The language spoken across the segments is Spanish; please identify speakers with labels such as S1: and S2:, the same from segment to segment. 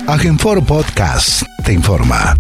S1: Agenfor Podcast te informa.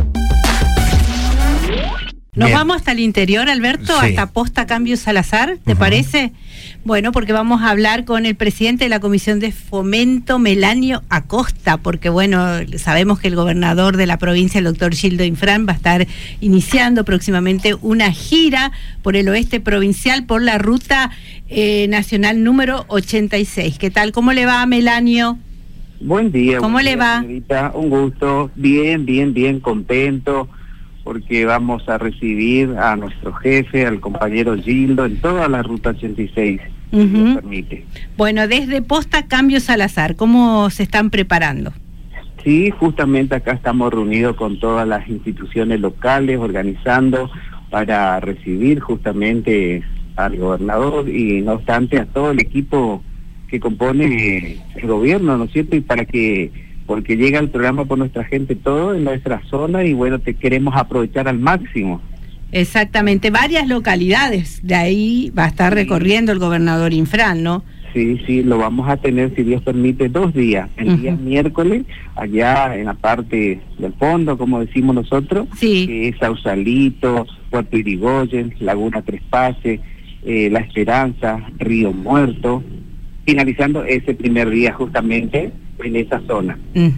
S2: Nos
S3: Bien.
S2: vamos hasta el interior, Alberto,
S3: Sí.
S2: hasta Posta Cambio Salazar, ¿te parece? Bueno, porque vamos a hablar con el presidente de la Comisión de Fomento, Melanio Acosta, porque bueno, sabemos que el gobernador de la provincia, el doctor Gildo Infran, va a estar iniciando próximamente una gira por el oeste provincial por la ruta nacional número 86. ¿Qué tal? ¿Cómo le va, Melanio?
S4: Buen día.
S2: ¿Cómo
S4: buen
S2: le
S4: día,
S2: va?
S4: Señorita. Un gusto. Bien contento, porque vamos a recibir a nuestro jefe, al compañero Gildo, en toda la ruta 86, si nos permite.
S2: Bueno, desde Posta Cambio Salazar, ¿cómo se están preparando?
S4: Sí, justamente acá estamos reunidos con todas las instituciones locales, organizando para recibir justamente al gobernador y no obstante a todo el equipo que compone el gobierno, ¿no es cierto? Y porque llega el programa por nuestra gente todo en nuestra zona y bueno, te queremos aprovechar al máximo.
S2: Exactamente, varias localidades, de ahí va a estar recorriendo el gobernador Infran, ¿no?
S4: Sí, lo vamos a tener, si Dios permite, 2 días. El día miércoles, allá en la parte del fondo, como decimos nosotros,
S2: Sí.
S4: que es Sausalito, Puerto Irigoyen, Laguna Tres Pases, La Esperanza, Río Muerto, finalizando ese primer día justamente en esa zona.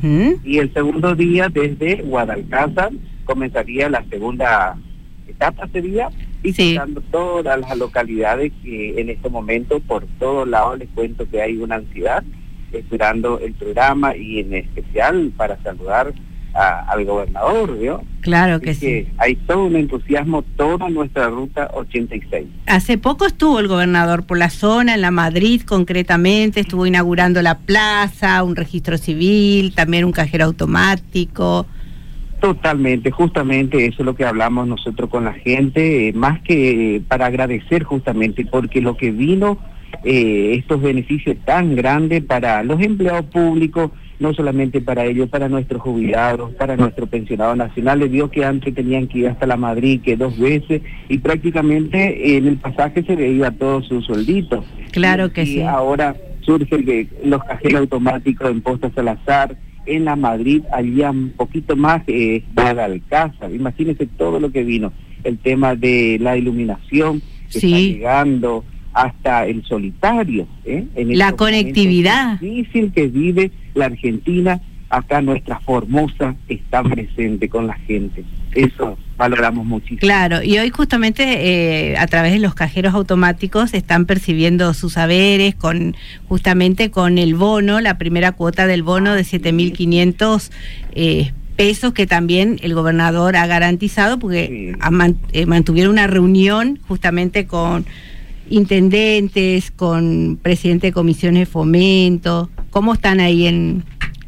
S4: Y el segundo día desde Guadalcázar comenzaría la segunda etapa, sería visitando todas las localidades que en este momento por todos lados les cuento que hay una ansiedad esperando el programa y en especial para saludar al gobernador, ¿vio?
S2: Claro que
S4: Así
S2: sí.
S4: que hay todo un entusiasmo, toda nuestra ruta 86.
S2: Hace poco estuvo el gobernador por la zona, en la Madrid concretamente, estuvo inaugurando la plaza, un registro civil, también un cajero automático.
S4: Totalmente, justamente eso es lo que hablamos nosotros con la gente, más que para agradecer justamente, porque lo que vino, estos beneficios tan grandes para los empleados públicos, no solamente para ellos, para nuestros jubilados, para nuestros pensionados nacionales, vio que antes tenían que ir hasta la Madrid, que 2 veces, y prácticamente en el pasaje se le iba todo su sueldito.
S2: Claro que sí.
S4: Ahora surgen los cajeros automáticos en Posta Salazar, en la Madrid, allá un poquito más, Guadalcázar, imagínense todo lo que vino, el tema de la iluminación que está llegando hasta el solitario, en
S2: la conectividad
S4: difícil que vive la Argentina, acá nuestra Formosa está presente con la gente, eso valoramos muchísimo.
S2: Claro, y hoy justamente a través de los cajeros automáticos están percibiendo sus saberes justamente con el bono, la primera cuota del bono de 7.500 pesos que también el gobernador ha garantizado porque mantuvieron una reunión justamente con intendentes, con presidente de comisiones de fomento. ¿Cómo están ahí en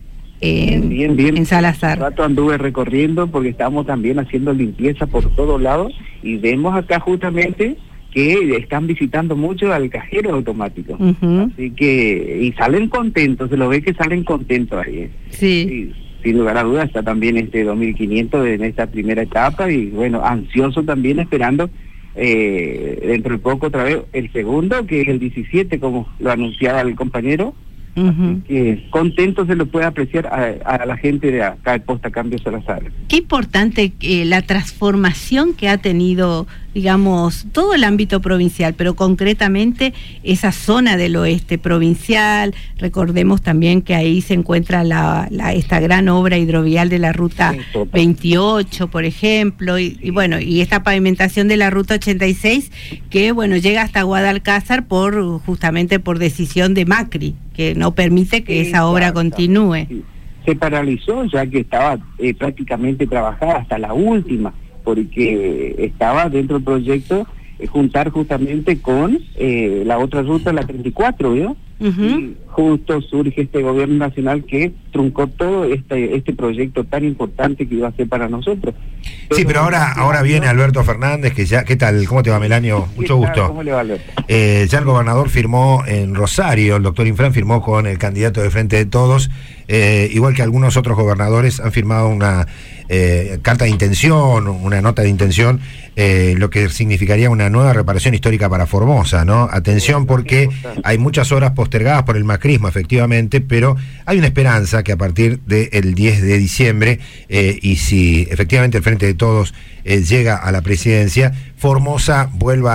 S2: Salazar?
S4: Un rato anduve recorriendo porque estamos también haciendo limpieza por todos lados y vemos acá justamente que están visitando mucho al cajero automático. Así que, y salen contentos, se lo ve que salen contentos ahí.
S2: Sí.
S4: Sin lugar a dudas está también 2.500 en esta primera etapa y bueno, ansioso también esperando dentro de poco otra vez el segundo, que es el 17, como lo anunciaba el compañero. Así que contento se lo puede apreciar a la gente de acá de Posta Cambio Salazar.
S2: Qué importante la transformación que ha tenido, digamos, todo el ámbito provincial, pero concretamente esa zona del oeste provincial. Recordemos también que ahí se encuentra esta gran obra hidrovial de la ruta 28, por ejemplo, y bueno, y esta pavimentación de la ruta 86 que bueno, llega hasta Guadalcázar justamente por decisión de Macri, que no permite que esa obra continúe.
S4: Sí. Se paralizó ya que estaba prácticamente trabajada hasta la última, porque estaba dentro del proyecto juntar justamente con la otra ruta, la 34, ¿vio? Y justo surge este gobierno nacional que truncó todo este proyecto tan importante que iba a ser para nosotros.
S3: Sí, pero ahora viene Alberto Fernández, que ya, ¿qué tal? ¿Cómo te va, Melanio? Mucho gusto.
S4: ¿Cómo le va, Alberto?
S3: Ya el gobernador firmó en Rosario, el doctor Infran firmó con el candidato de Frente de Todos, igual que algunos otros gobernadores han firmado una carta de intención, una nota de intención, lo que significaría una nueva reparación histórica para Formosa, ¿no? Atención, porque hay muchas obras postergadas por el macrismo macrismo, efectivamente, pero hay una esperanza que a partir del 10 de diciembre, y si efectivamente el Frente de Todos llega a la presidencia, Formosa vuelva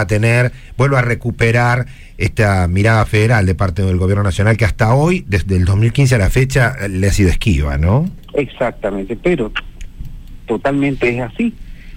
S3: a recuperar esta mirada federal de parte del gobierno nacional que hasta hoy, desde el 2015 a la fecha, le ha sido esquiva, ¿no?
S4: Exactamente, pero totalmente es así.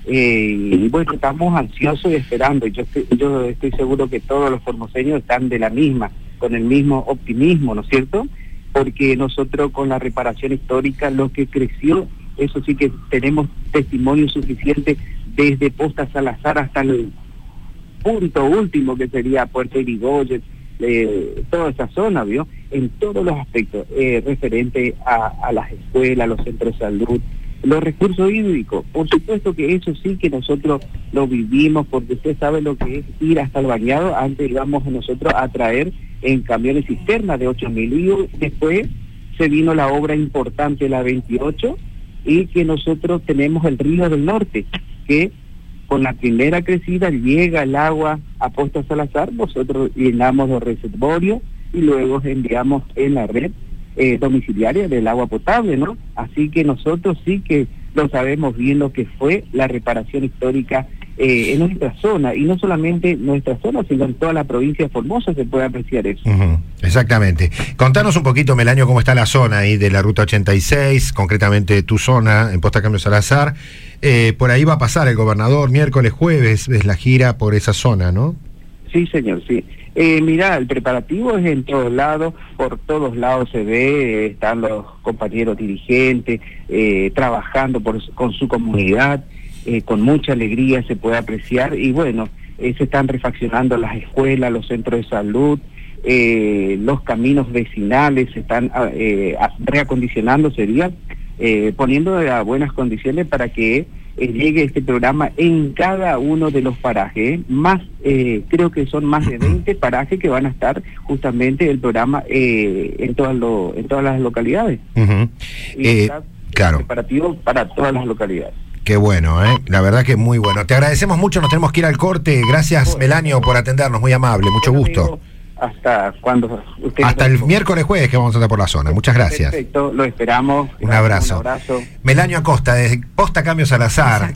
S4: Y bueno, estamos ansiosos y esperando. Yo estoy seguro que todos los formoseños están con el mismo optimismo, ¿no es cierto? Porque nosotros con la reparación histórica, lo que creció, eso sí que tenemos testimonio suficiente desde Posta Salazar hasta el punto último que sería Puerto Irigoyen, toda esa zona, ¿vio? En todos los aspectos, referente a las escuelas, los centros de salud, los recursos hídricos. Por supuesto que eso sí que nosotros lo vivimos, porque usted sabe lo que es ir hasta el bañado. Antes íbamos nosotros a traer en camiones cisternas de 8.000 y después se vino la obra importante, la 28, y que nosotros tenemos el Río del Norte, que con la primera crecida llega el agua a Posta Salazar, nosotros llenamos los reservorios y luego enviamos en la red domiciliaria del agua potable, ¿no? Así que nosotros sí que lo sabemos bien lo que fue la reparación histórica en nuestra zona, y no solamente en nuestra zona, sino en toda la provincia de Formosa se puede apreciar eso.
S3: Exactamente. Contanos un poquito, Melanio, cómo está la zona ahí de la Ruta 86, concretamente tu zona, en Posta Cambio Salazar. Por ahí va a pasar el gobernador miércoles, jueves, es la gira por esa zona, ¿no?
S4: Sí, señor, sí. Mira, el preparativo es en todos lados, por todos lados se ve, están los compañeros dirigentes trabajando con su comunidad, con mucha alegría se puede apreciar, y bueno, se están refaccionando las escuelas, los centros de salud, los caminos vecinales se están reacondicionando, poniendo a buenas condiciones para que llegue este programa en cada uno de los parajes, creo que son más de 20 parajes que van a estar justamente el programa en todas las localidades. Y claro, preparativo para todas las localidades.
S3: Qué bueno, la verdad que muy bueno. Te agradecemos mucho, nos tenemos que ir al corte. Gracias, Melanio, por atendernos, muy amable, mucho gusto.
S4: Amigo, ¿hasta cuándo?
S3: Hasta el miércoles, jueves que vamos a estar por la zona. Muchas gracias.
S4: Perfecto, lo esperamos.
S3: Un abrazo.
S4: Un abrazo.
S3: Melanio Acosta, de Posta Cambio Salazar.